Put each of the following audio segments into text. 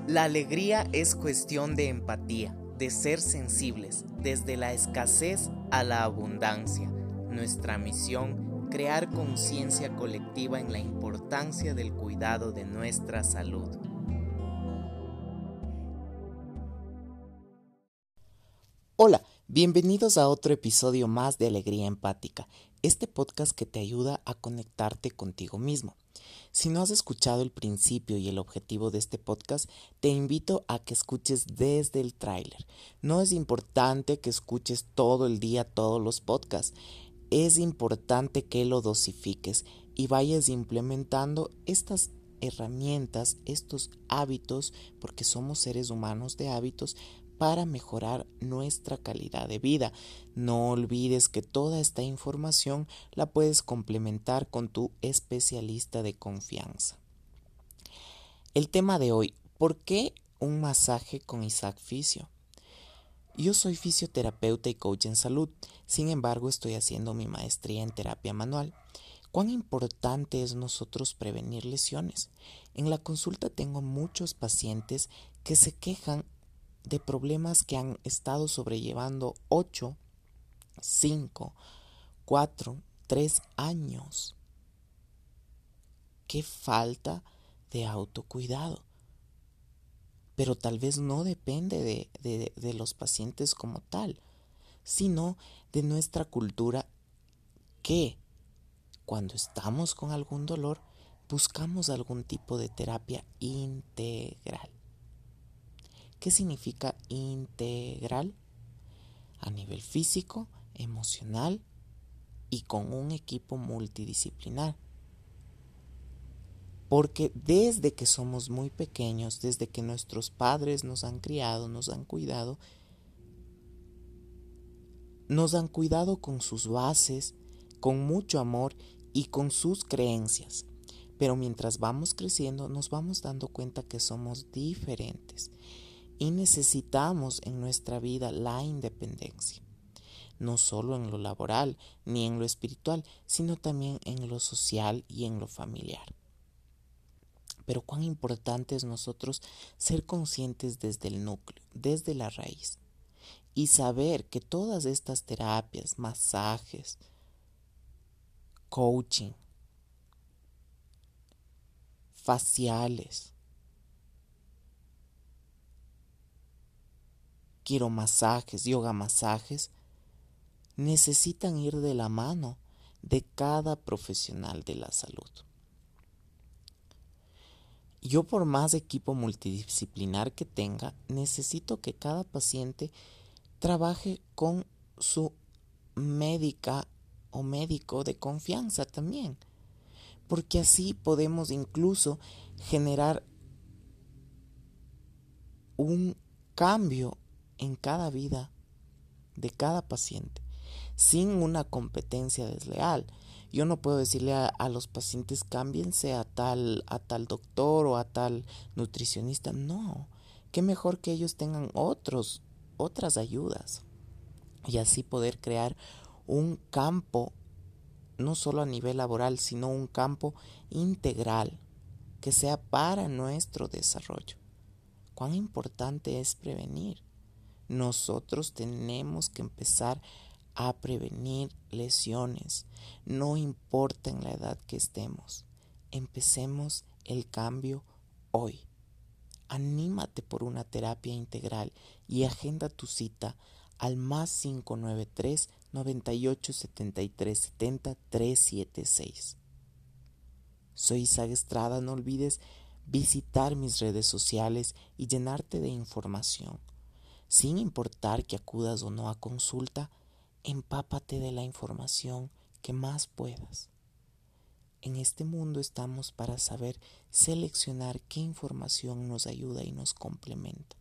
La alegría es cuestión de empatía, de ser sensibles, desde la escasez a la abundancia. Nuestra misión, crear conciencia colectiva en la importancia del cuidado de nuestra salud. Hola, bienvenidos a otro episodio más de Alegría Empática, este podcast que te ayuda a conectarte contigo mismo. Si no has escuchado el principio y el objetivo de este podcast, te invito a que escuches desde el tráiler. No es importante que escuches todo el día todos los podcasts, es importante que lo dosifiques y vayas implementando estas herramientas, estos hábitos, porque somos seres humanos de hábitos, para mejorar nuestra calidad de vida. No olvides que toda esta información la puedes complementar con tu especialista de confianza. El tema de hoy, ¿por qué un masaje con Isaac Fisio? Yo soy fisioterapeuta y coach en salud, sin embargo estoy haciendo mi maestría en terapia manual. ¿Cuán importante es nosotros prevenir lesiones? En la consulta tengo muchos pacientes que se quejan de problemas que han estado sobrellevando 8, 5, 4, 3 años. ¡Qué falta de autocuidado! Pero tal vez no depende de los pacientes como tal, sino de nuestra cultura que cuando estamos con algún dolor buscamos algún tipo de terapia integral. ¿Qué significa integral? A nivel físico, emocional y con un equipo multidisciplinar. Porque desde que somos muy pequeños, desde que nuestros padres nos han criado, nos han cuidado con sus bases, con mucho amor y con sus creencias. Pero mientras vamos creciendo nos vamos dando cuenta que somos diferentes y necesitamos en nuestra vida la independencia. No solo en lo laboral ni en lo espiritual, sino también en lo social y en lo familiar. Pero cuán importante es nosotros ser conscientes desde el núcleo, desde la raíz, y saber que todas estas terapias, masajes, coaching, faciales, quiromasajes, yoga masajes, necesitan ir de la mano de cada profesional de la salud. Yo, por más equipo multidisciplinar que tenga, necesito que cada paciente trabaje con su médica o médico de confianza también, porque así podemos incluso generar un cambio en cada vida de cada paciente, sin una competencia desleal. Yo no puedo decirle a los pacientes cámbiense a tal doctor o a tal nutricionista. No, qué mejor que ellos tengan otras ayudas y así poder crear un campo no solo a nivel laboral, sino un campo integral que sea para nuestro desarrollo. Cuán importante es prevenir. Nosotros tenemos que empezar a prevenir lesiones, no importa en la edad que estemos. Empecemos el cambio hoy. Anímate por una terapia integral y agenda tu cita al más 593 98 73 70 376. Soy Isaac Estrada, no olvides visitar mis redes sociales y llenarte de información. Sin importar que acudas o no a consulta, empápate de la información que más puedas. En este mundo estamos para saber seleccionar qué información nos ayuda y nos complementa.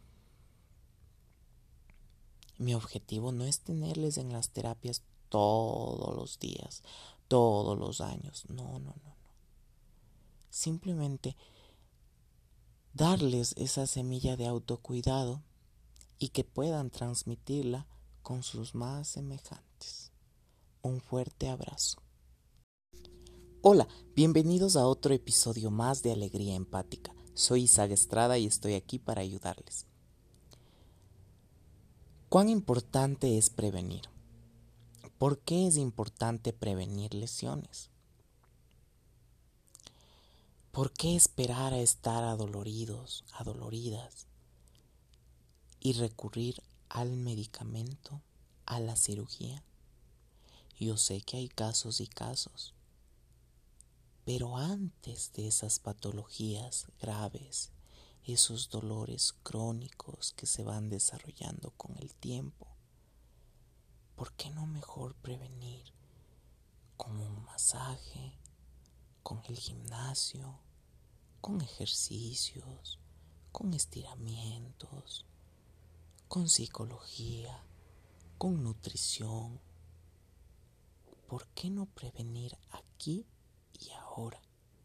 Mi objetivo no es tenerles en las terapias todos los días, todos los años. No. Simplemente darles esa semilla de autocuidado y que puedan transmitirla con sus más semejantes. Un fuerte abrazo. Hola, bienvenidos a otro episodio más de Alegría Empática. Soy Isaac Estrada y estoy aquí para ayudarles. ¿Cuán importante es prevenir? ¿Por qué es importante prevenir lesiones? ¿Por qué esperar a estar adoloridos, adoloridas y recurrir al medicamento, a la cirugía? Yo sé que hay casos y casos, pero antes de esas patologías graves, esos dolores crónicos que se van desarrollando con el tiempo, ¿por qué no mejor prevenir con un masaje, con el gimnasio, con ejercicios, con estiramientos, con psicología, con nutrición? ¿Por qué no prevenir aquí y ahora?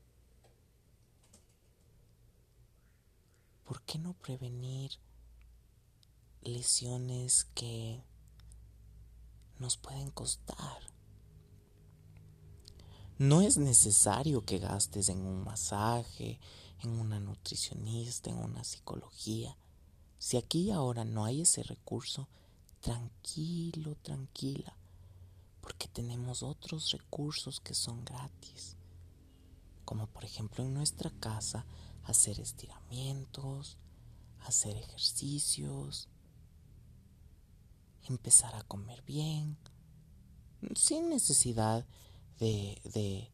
¿Por qué no prevenir lesiones que nos pueden costar? No es necesario que gastes en un masaje, en una nutricionista, en una psicología. Si aquí y ahora no hay ese recurso, tranquilo, tranquila, porque tenemos otros recursos que son gratis, como por ejemplo en nuestra casa hacer estiramientos, hacer ejercicios, empezar a comer bien, sin necesidad de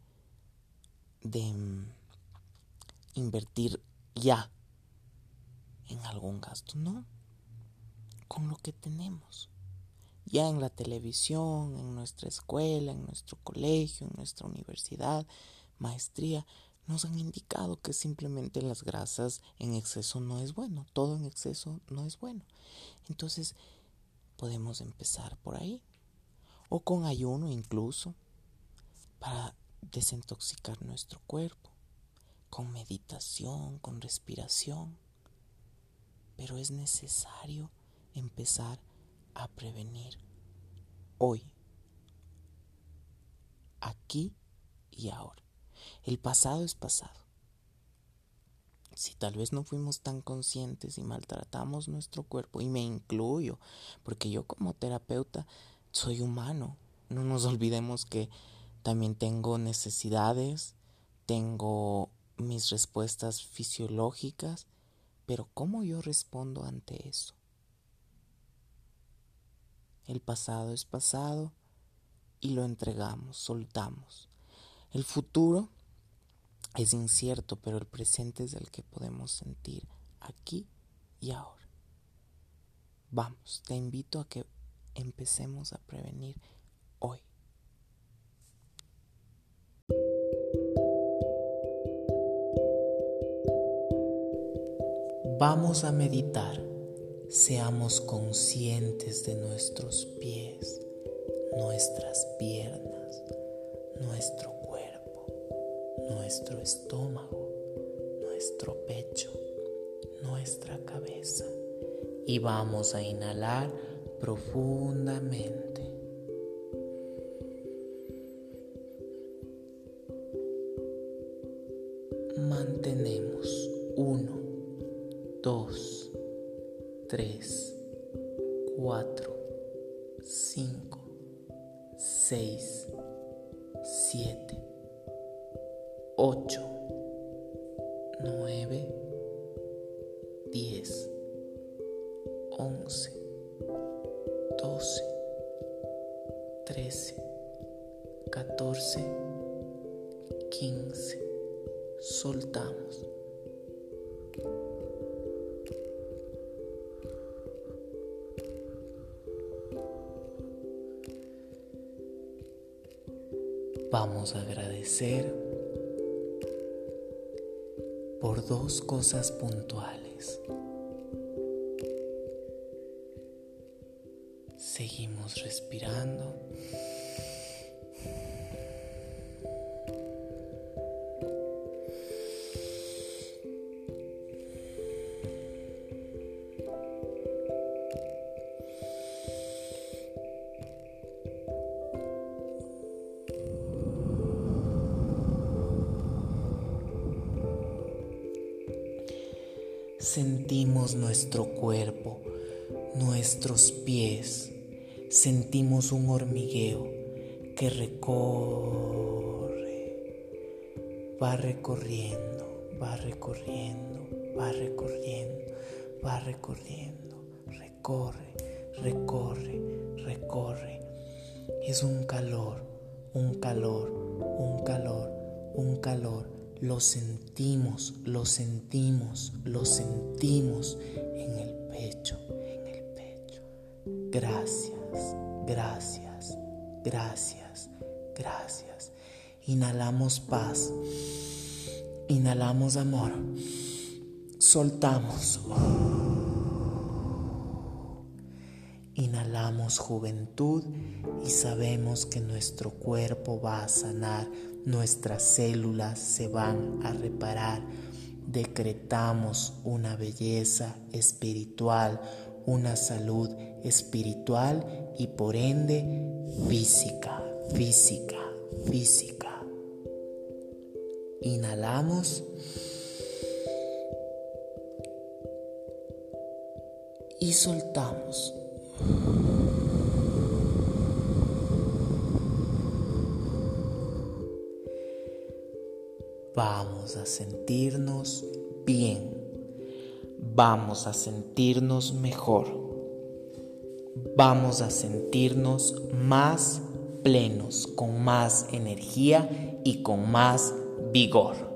invertir ya en algún gasto, no, con lo que tenemos. Ya en la televisión, en nuestra escuela, en nuestro colegio, en nuestra universidad, maestría, nos han indicado que simplemente las grasas en exceso no es bueno, todo en exceso no es bueno. Entonces podemos empezar por ahí, o con ayuno incluso, para desintoxicar nuestro cuerpo, con meditación, con respiración. Pero es necesario empezar a prevenir hoy, aquí y ahora. El pasado es pasado. Si tal vez no fuimos tan conscientes y maltratamos nuestro cuerpo, y me incluyo, porque yo como terapeuta soy humano, no nos olvidemos que también tengo necesidades, tengo mis respuestas fisiológicas, pero ¿cómo yo respondo ante eso? El pasado es pasado y lo entregamos, soltamos. El futuro es incierto, pero el presente es el que podemos sentir aquí y ahora. Vamos, te invito a que empecemos a prevenir hoy. Vamos a meditar. Seamos conscientes de nuestros pies, nuestras piernas, nuestro cuerpo, nuestro estómago, nuestro pecho, nuestra cabeza. Y vamos a inhalar profundamente. Mantenemos 1, 2, 3, 4, 5, 6, 7, 8, 9, 10, 11, 12, 13, 14, 15. Soltamos. Vamos a agradecer por 2 cosas puntuales. Seguimos respirando. Sentimos nuestro cuerpo, nuestros pies. Sentimos un hormigueo que recorre, va recorriendo, va recorriendo, va recorriendo, va recorriendo, recorre, recorre, recorre. Es un calor, un calor, un calor, un calor. Lo sentimos, lo sentimos, lo sentimos en el pecho, en el pecho. Gracias, gracias, gracias, gracias. Inhalamos paz, inhalamos amor, soltamos. Inhalamos juventud y sabemos que nuestro cuerpo va a sanar, nuestras células se van a reparar. Decretamos una belleza espiritual, una salud espiritual y por ende física, física, física. Inhalamos y soltamos. Vamos a sentirnos bien, vamos a sentirnos mejor, vamos a sentirnos más plenos, con más energía y con más vigor.